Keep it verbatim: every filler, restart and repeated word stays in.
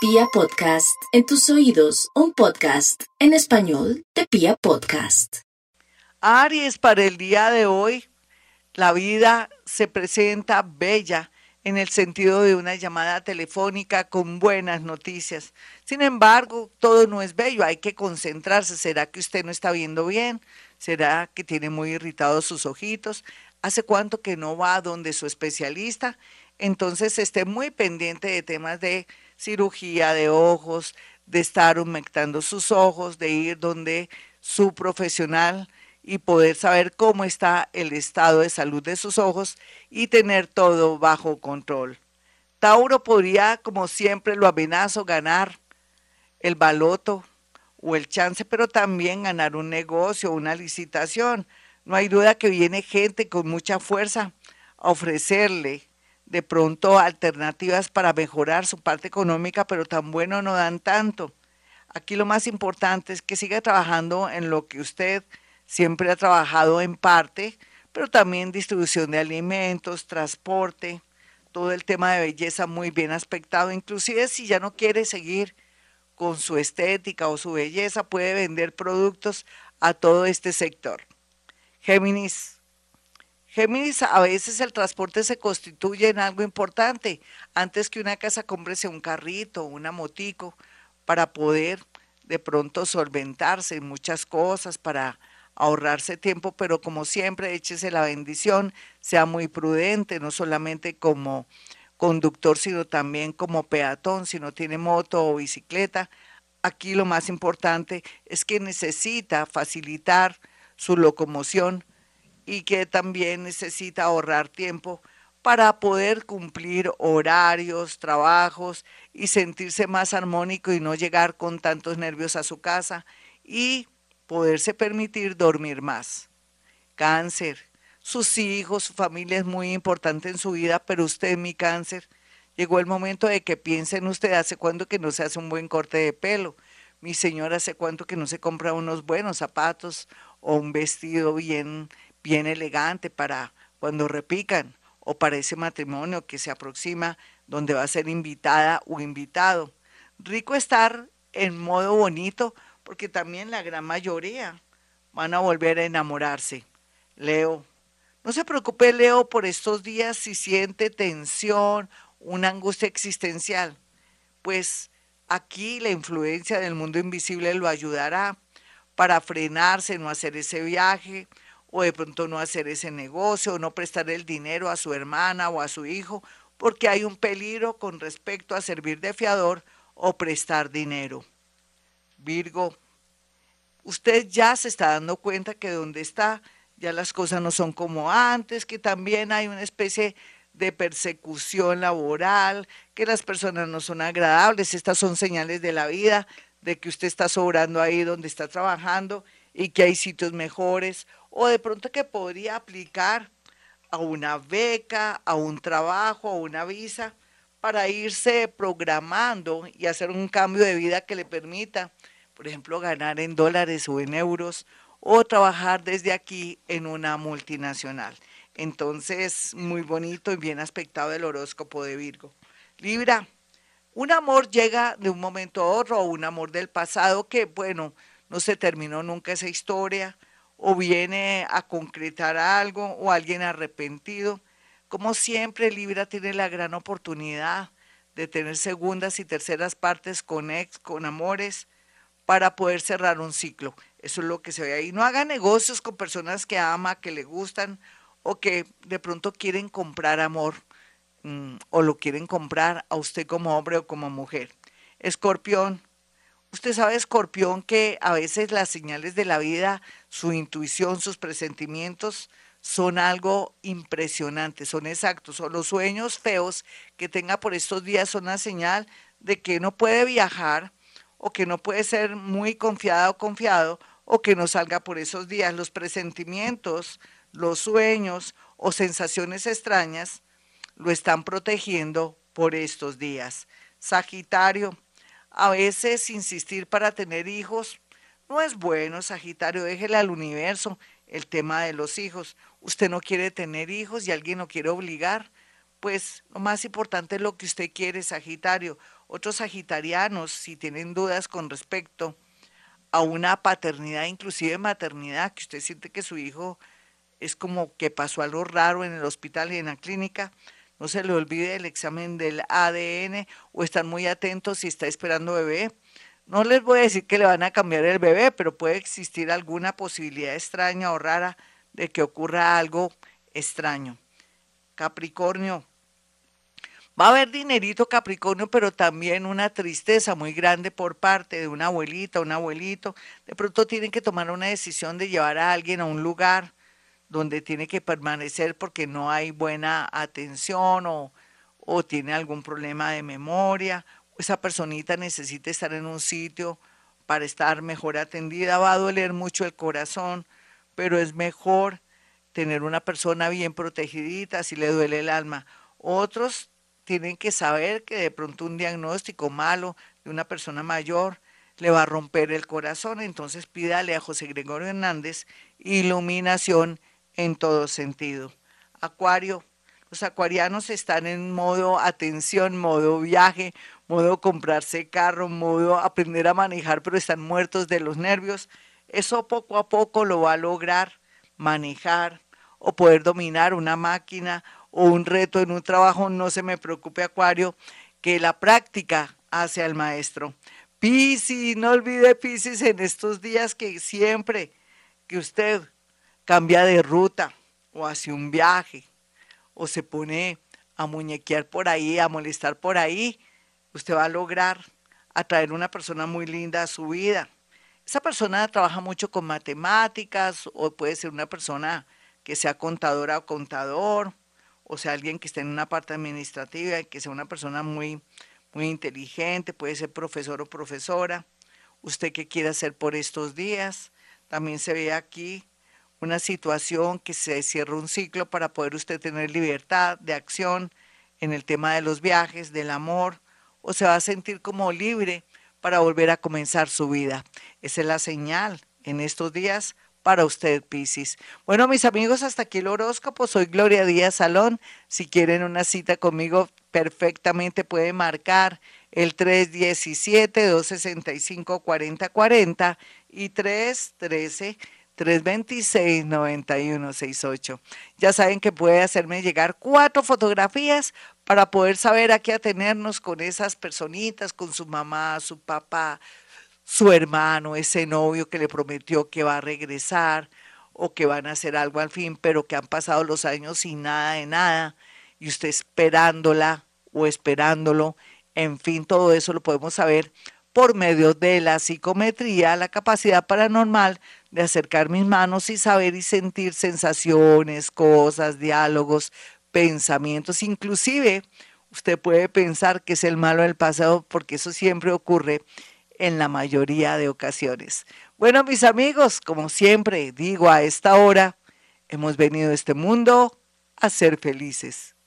Pia Podcast, en tus oídos, un podcast en español de Pia Podcast. Aries, para el día de hoy, la vida se presenta bella en el sentido de una llamada telefónica con buenas noticias. Sin embargo, todo no es bello, hay que concentrarse. ¿Será que usted no está viendo bien? ¿Será que tiene muy irritados sus ojitos? ¿Hace cuánto que no va donde su especialista? Entonces esté muy pendiente de temas de cirugía de ojos, de estar humectando sus ojos, de ir donde su profesional y poder saber cómo está el estado de salud de sus ojos y tener todo bajo control. Tauro, podría, como siempre lo amenazo, ganar el baloto o el chance, pero también ganar un negocio, una licitación. No hay duda que viene gente con mucha fuerza a ofrecerle de pronto alternativas para mejorar su parte económica, pero tan bueno no dan tanto. Aquí lo más importante es que siga trabajando en lo que usted siempre ha trabajado en parte, pero también distribución de alimentos, transporte, todo el tema de belleza muy bien aspectado. Inclusive si ya no quiere seguir con su estética o su belleza, puede vender productos a todo este sector. Géminis. Géminis, a veces el transporte se constituye en algo importante. Antes que una casa, cómprese un carrito, una motico, para poder de pronto solventarse en muchas cosas, para ahorrarse tiempo, pero como siempre, échese la bendición, sea muy prudente, no solamente como conductor, sino también como peatón, si no tiene moto o bicicleta. Aquí lo más importante es que necesita facilitar su locomoción y que también necesita ahorrar tiempo para poder cumplir horarios, trabajos y sentirse más armónico y no llegar con tantos nervios a su casa y poderse permitir dormir más. Cáncer, sus hijos, su familia es muy importante en su vida, pero usted, mi cáncer, llegó el momento de que piense en usted. ¿Hace cuánto que no se hace un buen corte de pelo? Mi señora, ¿hace cuánto que no se compra unos buenos zapatos o un vestido bien, bien elegante para cuando repican o para ese matrimonio que se aproxima donde va a ser invitada o invitado? Rico estar en modo bonito porque también la gran mayoría van a volver a enamorarse. Leo, no se preocupe, Leo, por estos días si siente tensión, una angustia existencial, pues aquí la influencia del mundo invisible lo ayudará para frenarse, no hacer ese viaje, o de pronto no hacer ese negocio, o no prestar el dinero a su hermana o a su hijo, porque hay un peligro con respecto a servir de fiador o prestar dinero. Virgo, usted ya se está dando cuenta que donde está ya las cosas no son como antes, que también hay una especie de persecución laboral, que las personas no son agradables. Estas son señales de la vida, de que usted está sobrando ahí donde está trabajando y que hay sitios mejores, o de pronto que podría aplicar a una beca, a un trabajo, a una visa, para irse programando y hacer un cambio de vida que le permita, por ejemplo, ganar en dólares o en euros, o trabajar desde aquí en una multinacional. Entonces, muy bonito y bien aspectado el horóscopo de Virgo. Libra, un amor llega de un momento a otro, o un amor del pasado que, bueno, no se terminó nunca esa historia, o viene a concretar algo, o alguien arrepentido. Como siempre, Libra tiene la gran oportunidad de tener segundas y terceras partes con ex, con amores, para poder cerrar un ciclo. Eso es lo que se ve ahí. No haga negocios con personas que ama, que le gustan o que de pronto quieren comprar amor mmm, o lo quieren comprar a usted como hombre o como mujer. Escorpión, usted sabe, Escorpión, que a veces las señales de la vida, su intuición, sus presentimientos son algo impresionante, son exactos. O los sueños feos que tenga por estos días son una señal de que no puede viajar o que no puede ser muy confiada o confiado o que no salga por esos días. Los presentimientos, los sueños o sensaciones extrañas lo están protegiendo por estos días. Sagitario, a veces insistir para tener hijos no es bueno, Sagitario, déjele al universo el tema de los hijos. Usted no quiere tener hijos y alguien lo quiere obligar, pues lo más importante es lo que usted quiere, Sagitario. Otros sagitarianos, si tienen dudas con respecto a una paternidad, inclusive maternidad, que usted siente que su hijo es como que pasó algo raro en el hospital y en la clínica, no se le olvide el examen del A D N o estar muy atentos si está esperando bebé. No les voy a decir que le van a cambiar el bebé, pero puede existir alguna posibilidad extraña o rara de que ocurra algo extraño. Capricornio, va a haber dinerito Capricornio, pero también una tristeza muy grande por parte de una abuelita, un abuelito. De pronto tienen que tomar una decisión de llevar a alguien a un lugar donde tiene que permanecer porque no hay buena atención o, o tiene algún problema de memoria. Esa personita necesita estar en un sitio para estar mejor atendida. Va a doler mucho el corazón, pero es mejor tener una persona bien protegidita si le duele el alma. Otros tienen que saber que de pronto un diagnóstico malo de una persona mayor le va a romper el corazón, entonces pídale a José Gregorio Hernández iluminación en todo sentido. Acuario, los acuarianos están en modo atención, modo viaje, modo comprarse carro, modo aprender a manejar, pero están muertos de los nervios. Eso poco a poco lo va a lograr manejar o poder dominar una máquina o un reto en un trabajo. No se me preocupe, Acuario, que la práctica hace al maestro. Piscis, no olvide, Piscis, en estos días que siempre que usted cambia de ruta o hace un viaje o se pone a muñequear por ahí, a molestar por ahí, usted va a lograr atraer una persona muy linda a su vida. Esa persona trabaja mucho con matemáticas o puede ser una persona que sea contadora o contador, o sea, alguien que esté en una parte administrativa, que sea una persona muy, muy inteligente, puede ser profesor o profesora. ¿Usted qué quiere hacer por estos días? También se ve aquí una situación que se cierra un ciclo para poder usted tener libertad de acción en el tema de los viajes, del amor, o se va a sentir como libre para volver a comenzar su vida. Esa es la señal en estos días para usted, Piscis. Bueno, mis amigos, hasta aquí el horóscopo. Soy Gloria Díaz Salón. Si quieren una cita conmigo, perfectamente pueden marcar el tres uno siete, dos seis cinco, cuatro cero cuatro cero y tres uno tres, tres dos seis, nueve uno seis ocho. Ya saben que puede hacerme llegar cuatro fotografías para poder saber a qué atenernos con esas personitas, con su mamá, su papá, su hermano, ese novio que le prometió que va a regresar o que van a hacer algo al fin, pero que han pasado los años sin nada de nada y usted esperándola o esperándolo. En fin, todo eso lo podemos saber por medio de la psicometría, la capacidad paranormal de acercar mis manos y saber y sentir sensaciones, cosas, diálogos, pensamientos. Inclusive usted puede pensar que es el malo del pasado porque eso siempre ocurre en la mayoría de ocasiones. Bueno, mis amigos, como siempre digo a esta hora, hemos venido a este mundo a ser felices.